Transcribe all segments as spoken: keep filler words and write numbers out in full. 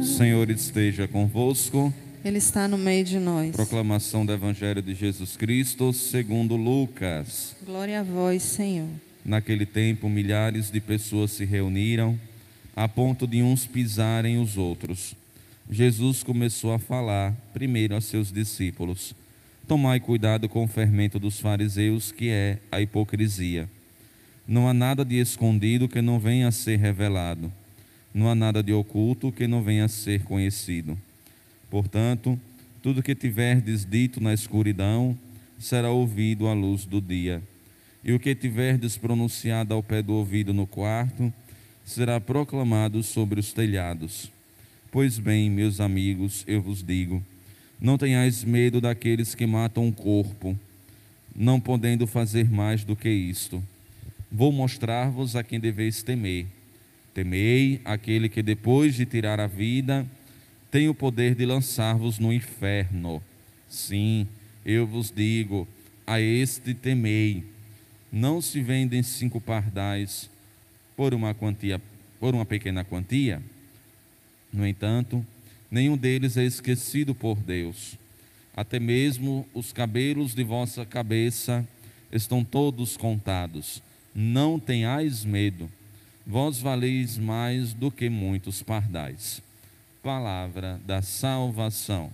Senhor esteja convosco. Ele está no meio de nós. Proclamação do Evangelho de Jesus Cristo segundo Lucas. Glória a vós, Senhor. Naquele tempo, milhares de pessoas se reuniram, a ponto de uns pisarem os outros. Jesus começou a falar, primeiro a seus discípulos: tomai cuidado com o fermento dos fariseus, que é a hipocrisia. Não há nada de escondido que não venha a ser revelado. Não há nada de oculto que não venha a ser conhecido. Portanto, tudo que tiverdes dito na escuridão será ouvido à luz do dia. E o que tiverdes pronunciado ao pé do ouvido no quarto será proclamado sobre os telhados. Pois bem, meus amigos, eu vos digo: não tenhais medo daqueles que matam o corpo, não podendo fazer mais do que isto. Vou mostrar-vos a quem deveis temer. Temei aquele que, depois de tirar a vida, tem o poder de lançar-vos no inferno. Sim, eu vos digo, a este temei. Não se vendem cinco pardais por uma quantia, por uma pequena quantia? No entanto, nenhum deles é esquecido por Deus. Até mesmo os cabelos de vossa cabeça estão todos contados. Não tenhais medo, vós valeis mais do que muitos pardais. Palavra da salvação.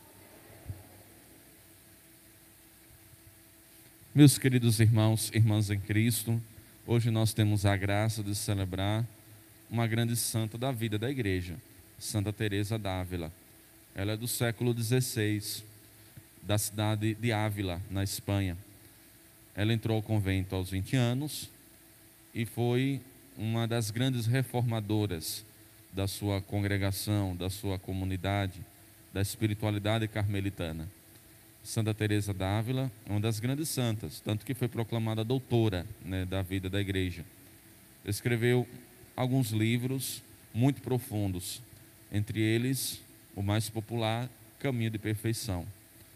Meus queridos irmãos e irmãs em Cristo, hoje nós temos a graça de celebrar uma grande santa da vida da igreja, Santa Teresa d'Ávila. Ela é do século dezesseis, da cidade de Ávila, na Espanha. Ela entrou ao convento aos vinte anos e foi uma das grandes reformadoras da sua congregação, da sua comunidade, da espiritualidade carmelitana. Santa Teresa d'Ávila é uma das grandes santas, tanto que foi proclamada doutora, né, da vida da igreja. Escreveu alguns livros muito profundos, entre eles o mais popular, Caminho de Perfeição.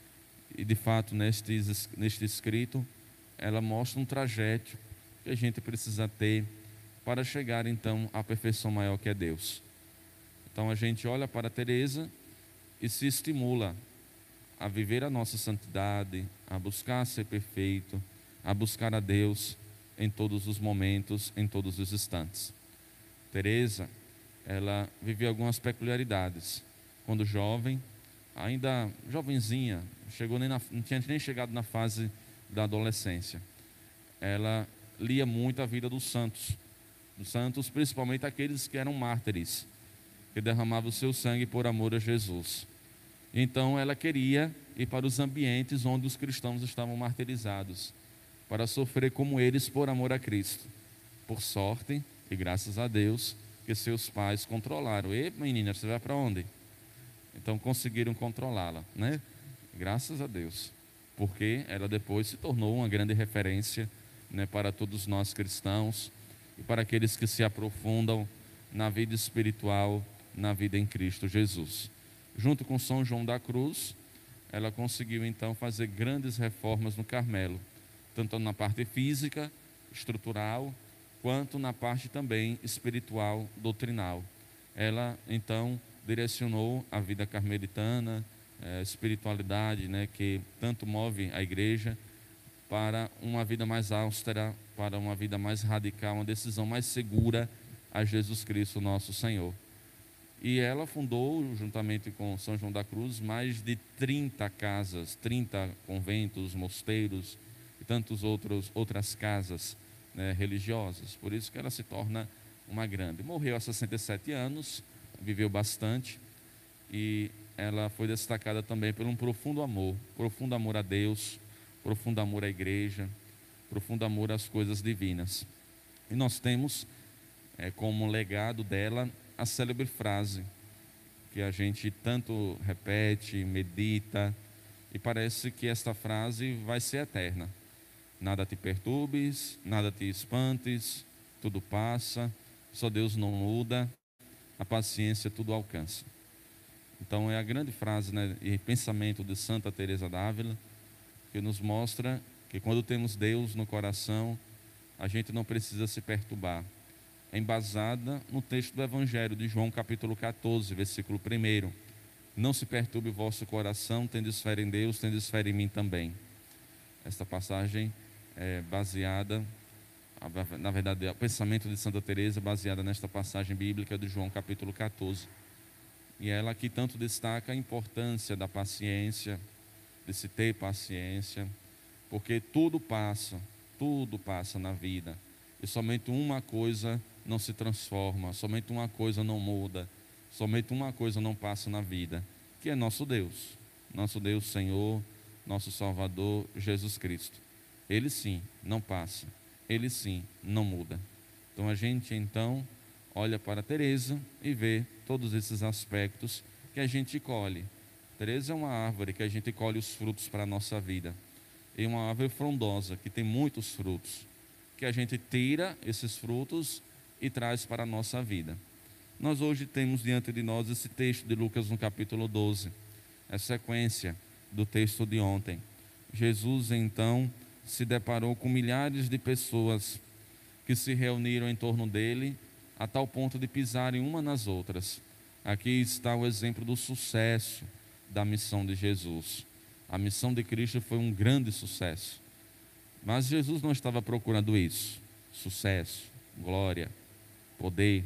E de fato, neste, neste escrito, ela mostra um trajeto que a gente precisa ter para chegar então à perfeição maior que é Deus. Então a gente olha para Teresa e se estimula a viver a nossa santidade, a buscar ser perfeito, a buscar a Deus em todos os momentos, em todos os instantes. Teresa, ela viveu algumas peculiaridades. Quando jovem, ainda jovenzinha, chegou nem na, não tinha nem chegado na fase da adolescência, ela lia muito a vida dos santos, dos santos, principalmente aqueles que eram mártires, que derramavam o seu sangue por amor a Jesus. Então ela queria ir para os ambientes onde os cristãos estavam martirizados, para sofrer como eles por amor a Cristo. Por sorte, e graças a Deus, que seus pais controlaram. E menina, você vai para onde? Então conseguiram controlá-la, né? Graças a Deus, porque ela depois se tornou uma grande referência, né, para todos nós cristãos e para aqueles que se aprofundam na vida espiritual, na vida em Cristo Jesus. Junto com São João da Cruz, ela conseguiu então fazer grandes reformas no Carmelo, tanto na parte física, estrutural, quanto na parte também espiritual, doutrinal. Ela então direcionou a vida carmelitana, a espiritualidade, né, que tanto move a igreja, para uma vida mais austera, para uma vida mais radical, uma decisão mais segura a Jesus Cristo, nosso Senhor. E ela fundou, juntamente com São João da Cruz, mais de trinta casas, trinta conventos, mosteiros e tantas outras casas, né, religiosas. Por isso que ela se torna uma grande. Morreu aos sessenta e sete anos, viveu bastante, e ela foi destacada também por um profundo amor, profundo amor a Deus, profundo amor à igreja, profundo amor às coisas divinas. E nós temos é, como legado dela a célebre frase que a gente tanto repete, medita, e parece que esta frase vai ser eterna: nada te perturbes, nada te espantes, tudo passa, só Deus não muda, a paciência tudo alcança. Então é a grande frase, né, e pensamento de Santa Teresa d'Ávila, que nos mostra que quando temos Deus no coração, a gente não precisa se perturbar, é embasada no texto do Evangelho de João, capítulo catorze, versículo primeiro. Não se perturbe o vosso coração, tendes fé em Deus, tendes fé em mim também. Esta passagem é baseada, na verdade, o pensamento de Santa Teresa é baseada nesta passagem bíblica de João, capítulo catorze. E ela aqui tanto destaca a importância da paciência, de se ter paciência, porque tudo passa, tudo passa na vida, e somente uma coisa não se transforma, somente uma coisa não muda, somente uma coisa não passa na vida, que é nosso Deus, nosso Deus Senhor, nosso Salvador, Jesus Cristo. Ele sim não passa, ele sim não muda. Então a gente então olha para Teresa e vê todos esses aspectos que a gente colhe. Teresa é uma árvore que a gente colhe os frutos para a nossa vida. E uma árvore frondosa que tem muitos frutos, que a gente tira esses frutos e traz para a nossa vida. Nós hoje temos diante de nós esse texto de Lucas no capítulo doze, a sequência do texto de ontem. Jesus então se deparou com milhares de pessoas que se reuniram em torno dele, a tal ponto de pisarem uma nas outras. Aqui está o exemplo do sucesso da missão de Jesus. A missão de Cristo foi um grande sucesso. Mas Jesus não estava procurando isso: sucesso, glória, poder,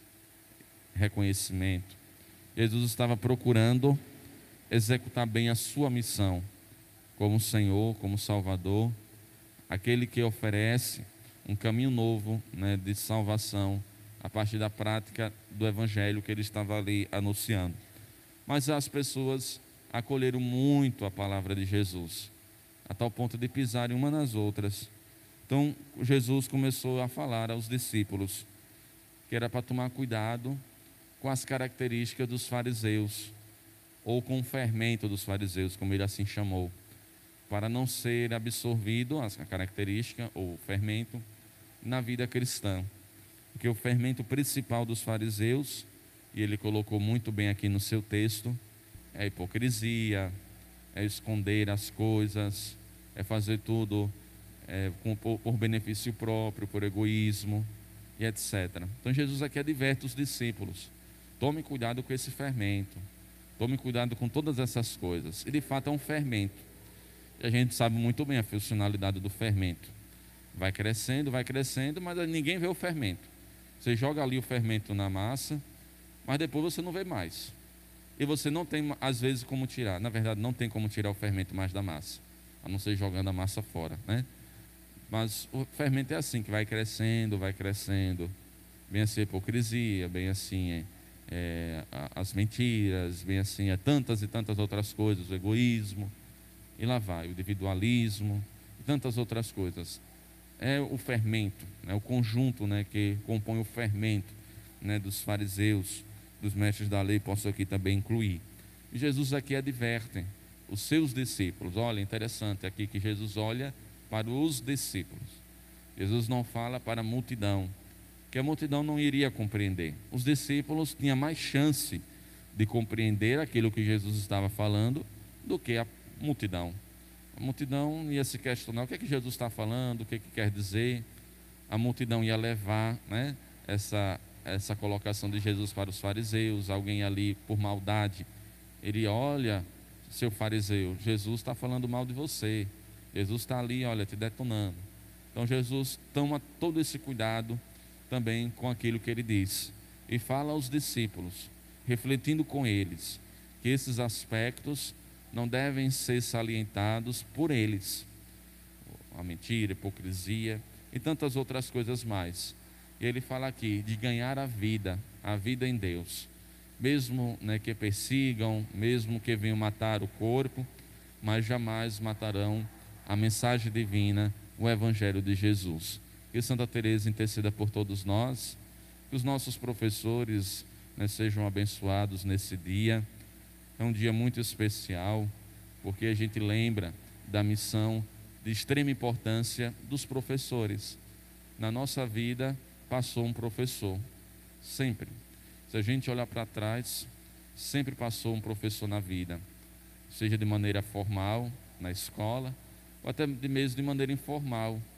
reconhecimento. Jesus estava procurando executar bem a sua missão como Senhor, como Salvador, aquele que oferece um caminho novo, né, de salvação a partir da prática do Evangelho que ele estava ali anunciando. Mas as pessoas acolheram muito a palavra de Jesus, a tal ponto de pisarem uma nas outras. Então Jesus começou a falar aos discípulos que era para tomar cuidado com as características dos fariseus, ou com o fermento dos fariseus, como ele assim chamou, para não ser absorvido a característica ou o fermento na vida cristã. Porque o fermento principal dos fariseus, e ele colocou muito bem aqui no seu texto, é a hipocrisia, é esconder as coisas, é fazer tudo é, com, por, por benefício próprio, por egoísmo e etcétera. Então Jesus aqui adverte os discípulos: tome cuidado com esse fermento, tome cuidado com todas essas coisas. E de fato é um fermento, e a gente sabe muito bem a funcionalidade do fermento. Vai crescendo, vai crescendo, mas ninguém vê o fermento. Você joga ali o fermento na massa, mas depois você não vê mais. E você não tem, às vezes, como tirar. Na verdade, não tem como tirar o fermento mais da massa, a não ser jogando a massa fora, né? Mas o fermento é assim, que vai crescendo, vai crescendo. Bem assim a hipocrisia, bem assim é, é, as mentiras, bem assim é tantas e tantas outras coisas, o egoísmo, e lá vai, o individualismo, e tantas outras coisas. É o fermento, né, o conjunto, né, que compõe o fermento, né, dos fariseus, dos mestres da lei, posso aqui também incluir. E Jesus aqui adverte os seus discípulos. Olha, interessante aqui que Jesus olha para os discípulos. Jesus não fala para a multidão, que a multidão não iria compreender. Os discípulos tinham mais chance de compreender aquilo que Jesus estava falando do que a multidão. A multidão ia se questionar: o que é que Jesus está falando, o que é que quer dizer. A multidão ia levar, né, essa, essa colocação de Jesus para os fariseus. Alguém ali, por maldade, ele olha, seu fariseu, Jesus está falando mal de você, Jesus está ali, olha, te detonando. Então Jesus toma todo esse cuidado também com aquilo que ele diz, e fala aos discípulos, refletindo com eles, que esses aspectos não devem ser salientados por eles: a mentira, a hipocrisia e tantas outras coisas mais. E ele fala aqui de ganhar a vida, a vida em Deus, mesmo, né, que persigam, mesmo que venham matar o corpo, mas jamais matarão a mensagem divina, o Evangelho de Jesus. Que Santa Teresa interceda por todos nós, que os nossos professores, né, sejam abençoados nesse dia. É um dia muito especial, porque a gente lembra da missão de extrema importância dos professores. Na nossa vida passou um professor, sempre. Se a gente olhar para trás, sempre passou um professor na vida, seja de maneira formal, na escola, ou até mesmo de maneira informal,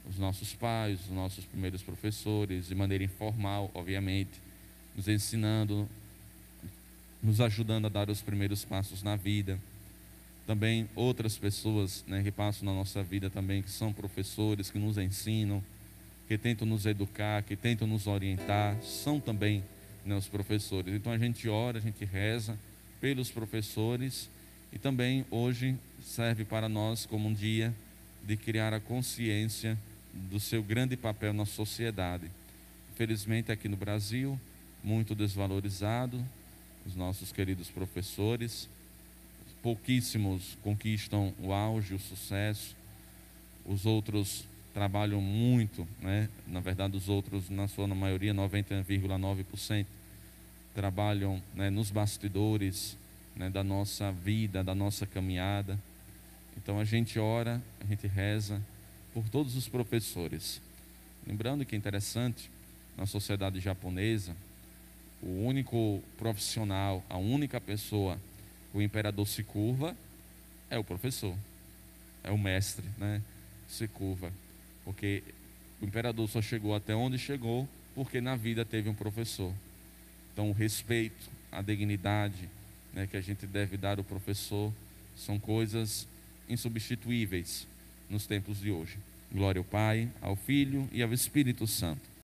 os nossos pais, os nossos primeiros professores, de maneira informal, obviamente, nos ensinando, nos ajudando a dar os primeiros passos na vida. Também outras pessoas, né, que passam na nossa vida também, que são professores, que nos ensinam, que tentam nos educar, que tentam nos orientar, são também, né, os professores. Então a gente ora, a gente reza pelos professores, e também hoje serve para nós como um dia de criar a consciência do seu grande papel na sociedade. Infelizmente aqui no Brasil, muito desvalorizado, os nossos queridos professores, pouquíssimos conquistam o auge, o sucesso, os outros trabalham muito, né? Na verdade os outros, na sua maioria, noventa vírgula nove por cento, trabalham, né, nos bastidores, né, da nossa vida, da nossa caminhada. Então a gente ora, a gente reza por todos os professores. Lembrando que é interessante, na sociedade japonesa, o único profissional, a única pessoa que o imperador se curva é o professor, é o mestre, né? Se curva, porque o imperador só chegou até onde chegou porque na vida teve um professor. Então o respeito, a dignidade, né, que a gente deve dar ao professor são coisas insubstituíveis nos tempos de hoje. Glória ao Pai, ao Filho e ao Espírito Santo.